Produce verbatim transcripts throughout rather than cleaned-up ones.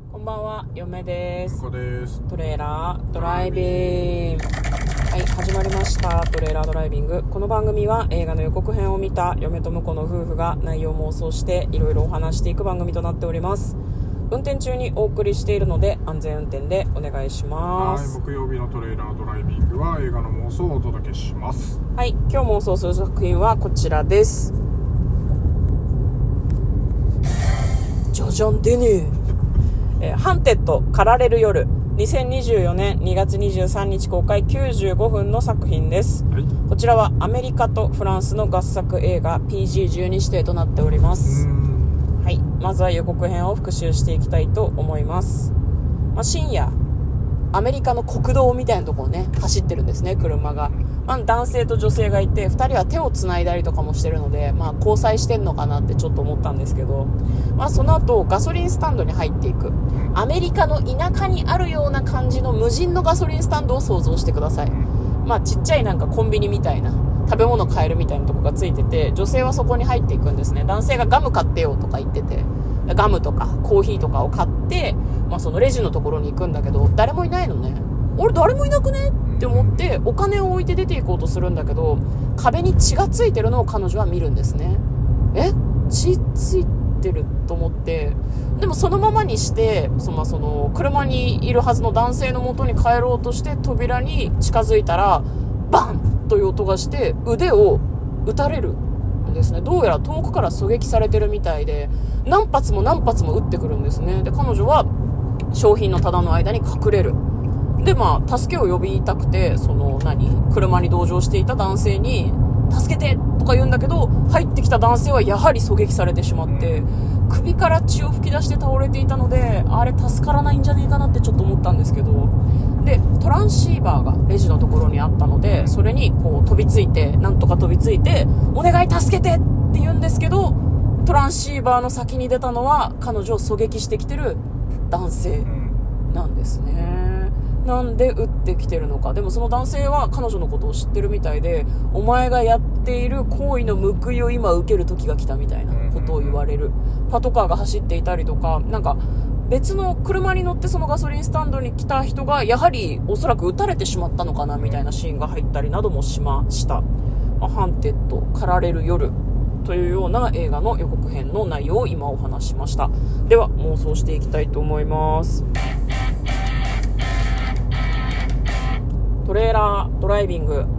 こんばんは、嫁です。 こです。 トレーラードライビング。はい、始まりました。トレーラードライビング。この番組は映画の予告編を見た嫁と婿の夫婦が内容妄想していろいろお話していく番組となっております。運転中にお送りしているので安全運転でお願いします。 はい、木曜日のトレーラードライビングは映画の妄想をお届けします。 はい、今日妄想する作品はこちらです。じゃじゃんでねえー、ハンテッド駆られる夜、にせんにじゅうよねんにがつにじゅうさんにち公開きゅうじゅうごふんの作品です、はい、こちらはアメリカとフランスの合作映画 ピージーじゅうに 指定となっております。はい、まずは予告編を復習していきたいと思います。まあ、深夜アメリカの国道みたいなところね走ってるんですね、車が。まあ、男性と女性がいてふたりは手をつないだりとかもしてるので、まあ、交際してんのかなってちょっと思ったんですけど、まあ、その後ガソリンスタンドに入っていく、アメリカの田舎にあるような感じの無人のガソリンスタンドを想像してください。まあ、ちっちゃいなんかコンビニみたいな食べ物買えるみたいなとこがついてて、女性はそこに入っていくんですね。男性がガム買ってよとか言ってて、ガムとかコーヒーとかを買って、まあ、そのレジのところに行くんだけど誰もいないのね。俺誰もいなくねって思ってお金を置いて出ていこうとするんだけど、壁に血がついてるのを彼女は見るんですね。え、血ついてると思って、でもそのままにしてその、その車にいるはずの男性の元に帰ろうとして扉に近づいたらバンという音がして腕を撃たれるんですね。どうやら遠くから狙撃されてるみたいで何発も何発も撃ってくるんですね。で彼女は商品の棚の間に隠れる。でまあ助けを呼びたくてその何車に同乗していた男性に助けてとか言うんだけど、入ってきた男性はやはり狙撃されてしまって首から血を噴き出して倒れていたので、あれ助からないんじゃねえかなってちょっと思ったんですけど、でトランシーバーがレジのところにあったのでそれにこう飛びついてなんとか飛びついてお願い助けてって言うんですけど、トランシーバーの先に出たのは彼女を狙撃してきてる男性なんですね。なんで撃ってきてるのか。でもその男性は彼女のことを知ってるみたいで、お前がやっている行為の報いを今受ける時が来たみたいなことを言われる。パトカーが走っていたりとか、なんか別の車に乗ってそのガソリンスタンドに来た人がやはりおそらく撃たれてしまったのかなみたいなシーンが入ったりなどもしました。ハンテッド駆られる夜というような映画の予告編の内容を今お話ししました。では妄想していきたいと思います。トレーラードライビング、うん、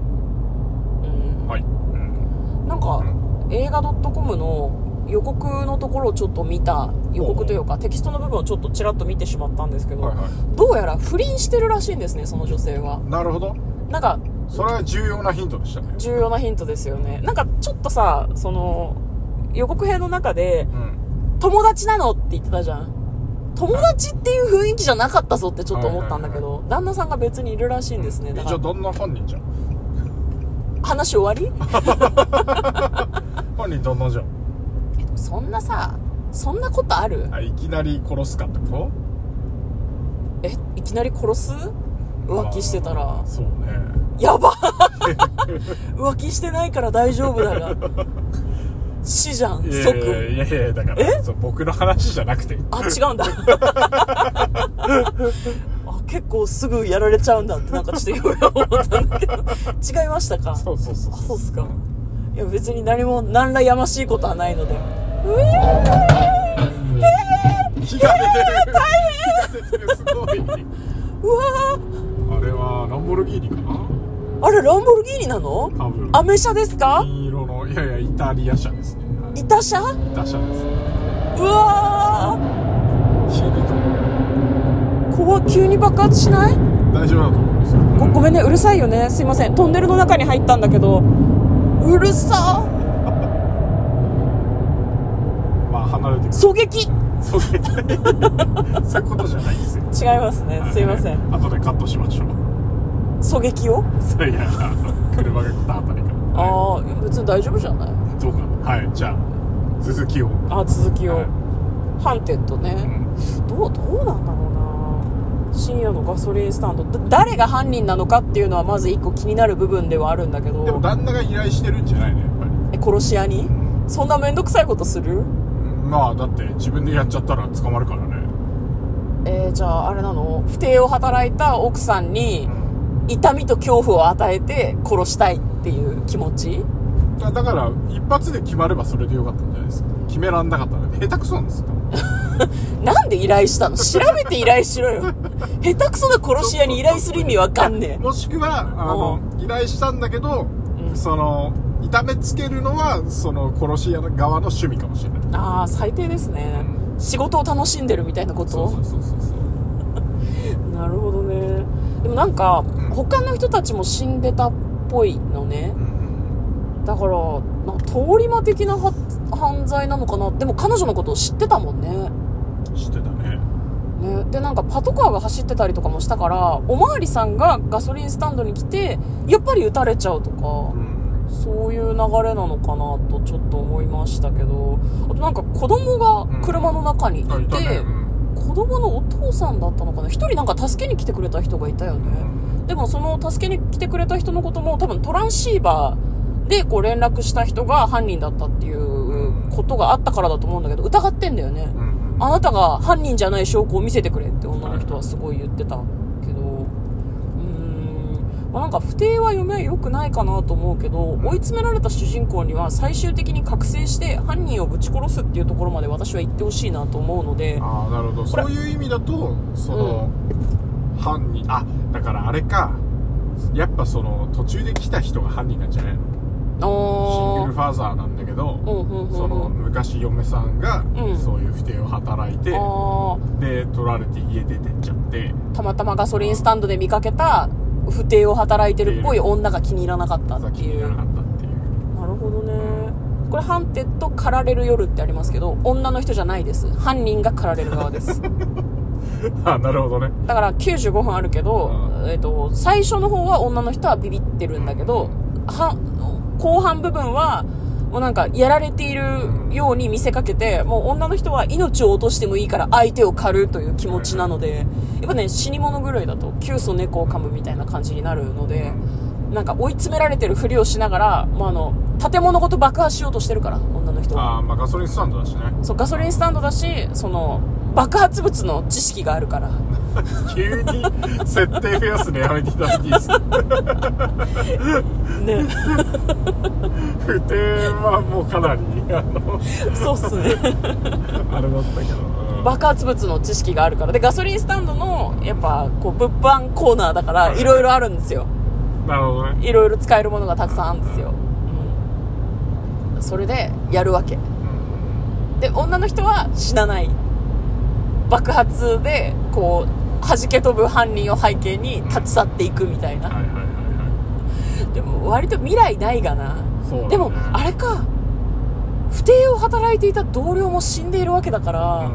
はい、うん、なんか、うん、映画 .com の予告のところをちょっと見た、予告というかテキストの部分をちょっとちらっと見てしまったんですけど、はいはい、どうやら不倫してるらしいんですね、その女性は。 なるほど。 なんかそれは重要なヒントでしたね。 重要なヒントですよね。なんかちょっとさ、その予告編の中で、うん、友達なのって言ってたじゃん。友達っていう雰囲気じゃなかったぞってちょっと思ったんだけど、はいはいはい、旦那さんが別にいるらしいんですね。だからじゃあ旦那犯人じゃん。 話終わり犯人旦那じゃん。 えでもそんなさ、そんなことある？ あ、いきなり殺すかってこと？ え、いきなり殺す？浮気してたら。 そうね。 やば浮気してないから大丈夫だが死じゃん、即。 いやいやいや、だからそう僕の話じゃなくて。 あ、違うんだあ、結構すぐやられちゃうんだってなんかちょっと思ったんだけど違いましたか？ そうそうそう。 あ、そうっすか。いや別に何も何らやましいことはないので。うえー、 火が出てる、 えー、大変。 火が出てる、すごい。 うわー、あれはランボルギーニかな。 あれランボルギーニなの？ 多分アメ車ですか？ 銀色の、いやいやイタリア車ですね。 イタ車？ イタ車ですね。 うわー、 火出た。 怖、急に爆発しない？ 大丈夫だと思うんですよ。 ご, ごめんね、うるさいよね、すいません。トンネルの中に入ったんだけどうるさまあ離れてくる。 狙撃狙撃そういうことじゃないですよ。 違いますね、すいません。 後でカットしましょう。 狙撃をそいや車が来たあたりから、 ああ、別に大丈夫じゃない？ どうかな。はい、じゃあ続きを。 あ、続きを、はい、ハンテッドね、うん、どうどうなんだろうな。深夜のガソリンスタンド、誰が犯人なのかっていうのはまず一個気になる部分ではあるんだけど。 でも旦那が依頼してるんじゃないのやっぱり。 え、殺し屋に、うん、そんなめんどくさいことする？ まあだって自分でやっちゃったら捕まるからね。 えー、じゃああれなの、不貞を働いた奥さんに痛みと恐怖を与えて殺したいっていう気持ち？ だから一発で決まればそれでよかったんじゃないですか。決めらんなかったので下手くそなんですよなんで依頼したの？調べて依頼しろよ下手くそな殺し屋に依頼する意味わかんねえ。 もしくはあの依頼したんだけど、うん、その痛めつけるのはその殺し屋側の趣味かもしれない。 ああ最低ですね、うん、仕事を楽しんでるみたいなこと。 そうそうそうそうそうなるほどね。でもなんか、うん、他の人たちも死んでたっぽいのね、うん、だからなんか通り魔的な犯罪なのかな。でも彼女のことを知ってたもんね。 知ってたね。 ね、でなんかパトカーが走ってたりとかもしたから、おまわりさんがガソリンスタンドに来てやっぱり撃たれちゃうとか、うん、そういう流れなのかなとちょっと思いましたけど、あとなんか子供が車の中にいて、うんいたねうん、子供のお父さんだったのかな、一人なんか助けに来てくれた人がいたよね、うん、でもその助けに来てくれた人のことも多分トランシーバーでこう連絡した人が犯人だったっていうことがあったからだと思うんだけど、疑ってんだよね、うん、あなたが犯人じゃない証拠を見せてくれって女の人はすごい言ってたけど、うーん、まあ、なんか不貞は嫁は良くないかなと思うけど、追い詰められた主人公には最終的に覚醒して犯人をぶち殺すっていうところまで私は言ってほしいなと思うので。 ああなるほど、そういう意味だとその、うん、犯人、あだからあれか、やっぱその途中で来た人が犯人なんじゃないの。シングルファーザーなんだけど、うんうんうんうん、その昔嫁さんがそういう不貞を働いて、うん、で取られて家出てっちゃって、たまたまガソリンスタンドで見かけた不貞を働いてるっぽい女が気に入らなかったっていう。なるほどね。これハンテッド狩られる夜ってありますけど、女の人じゃないです。犯人が狩られる側ですあ、なるほどね。 だからきゅうじゅうごふんあるけど、えっと、最初の方は女の人はビビってるんだけど、は後半部分はもうなんかやられているように見せかけて、もう女の人は命を落としてもいいから相手を狩るという気持ちなので、やっぱね死に物狂いだとキュウソネコを噛むみたいな感じになるので、なんか追い詰められてるふりをしながら、まあ、あの建物ごと爆破しようとしてるから女の人は。 あ、まあガソリンスタンドだしね。 そうガソリンスタンドだし、その爆発物の知識があるから急に設定増やすのやめていただいていいですかね。不定はもうかなりあのそうっすねあれだったけど、うん、 爆発物の知識があるから。でガソリンスタンドのやっぱこう物販コーナーだからいろいろあるんですよ。 なるほどね。 いろいろ使えるものがたくさんあるんですよ、うん、それでやるわけ、うん、で女の人は死なない。爆発でこう弾け飛ぶ犯人を背景に立ち去っていくみたいな、うん、はいはいはいはい、でも割と未来ないがな、そうだね、でもあれか、不貞を働いていた同僚も死んでいるわけだから、うん、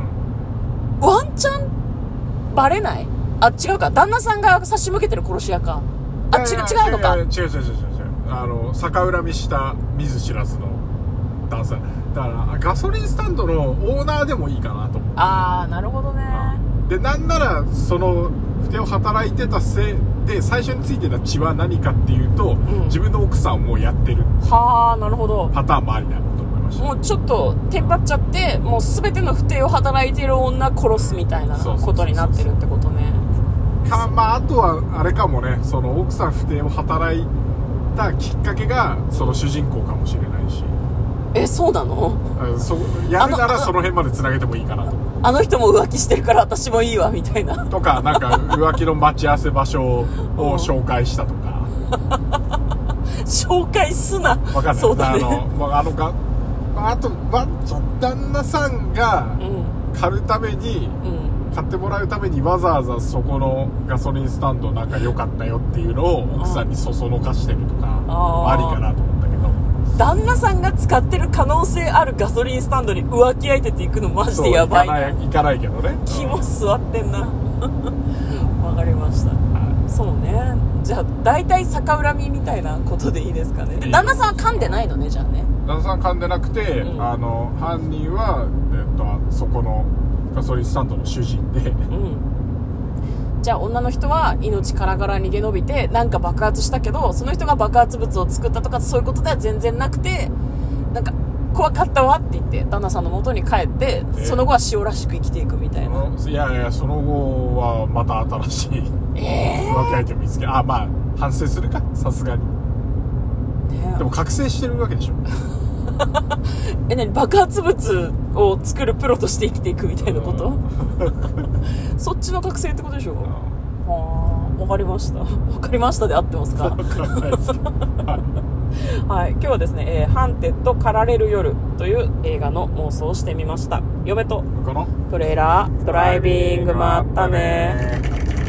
ワンチャンバレない？あ、違うか、旦那さんが差し向けてる殺し屋か。あ、違う、違うのか。 違う違う違う違う違う、あの逆恨みした見ず知らずの男性だから、ガソリンスタンドのオーナーでもいいかなと思う。 ああなるほどね。 でなんならその不貞を働いてたせいで最初についてた血は何かっていうと、うん、自分の奥さんをもうやってる。 はあなるほど。 パターンもありだなと思いました。 もうちょっとテンパっちゃってもう全ての不貞を働いている女殺すみたいなことになってるってことね。 か、まああとはあれかもね、その奥さん不貞を働いたきっかけがその主人公かもしれないし。 え、そうなの？ そやるならその辺までつなげてもいいかなと。 あの人も浮気してるから私もいいわみたいなとか、なんか浮気の待ち合わせ場所を紹介したとか紹介すな。 分かんない。そうだね。あの、まあ、あのがあとワンちゃん旦那さんが狩るために、うん、買ってもらうためにわざわざそこのガソリンスタンドなんか良かったよっていうのを奥さんにそそのかしてるとか、あ, ありかなと思ったけど、 旦那さんが使ってる可能性あるガソリンスタンドに浮気相手って行くのマジでやばいな。 行かない、行かないけどね。 気も座ってんなわかりました、はい、そうね。じゃあ大体逆恨みみたいなことでいいですかね。で旦那さんは噛んでないのね。じゃあね、 旦那さん噛んでなくて、うん、あの犯人は、えっと、そこのガソリンスタンドの主人で、うん、 じゃあ女の人は命からがら逃げ延びてなんか爆発したけど、その人が爆発物を作ったとかそういうことでは全然なくて、なんか怖かったわって言って旦那さんの元に帰って、えー、その後は塩らしく生きていくみたいな。 いやいや、その後はまた新しい、えー、浮気相手見つけ、あ、まあ反省するか、さすがに、ね、でも覚醒してるわけでしょえ、何、爆発物を作るプロとして生きていくみたいなこと、うん、そっちの覚醒ってことでしょ。うん、はあ、わかりましたわかりましたで合ってますか。わかんないですはい、今日はですね、えー、ハンテッド駆られる夜という映画の妄想をしてみました。嫁とトレーラードライビング、まったね。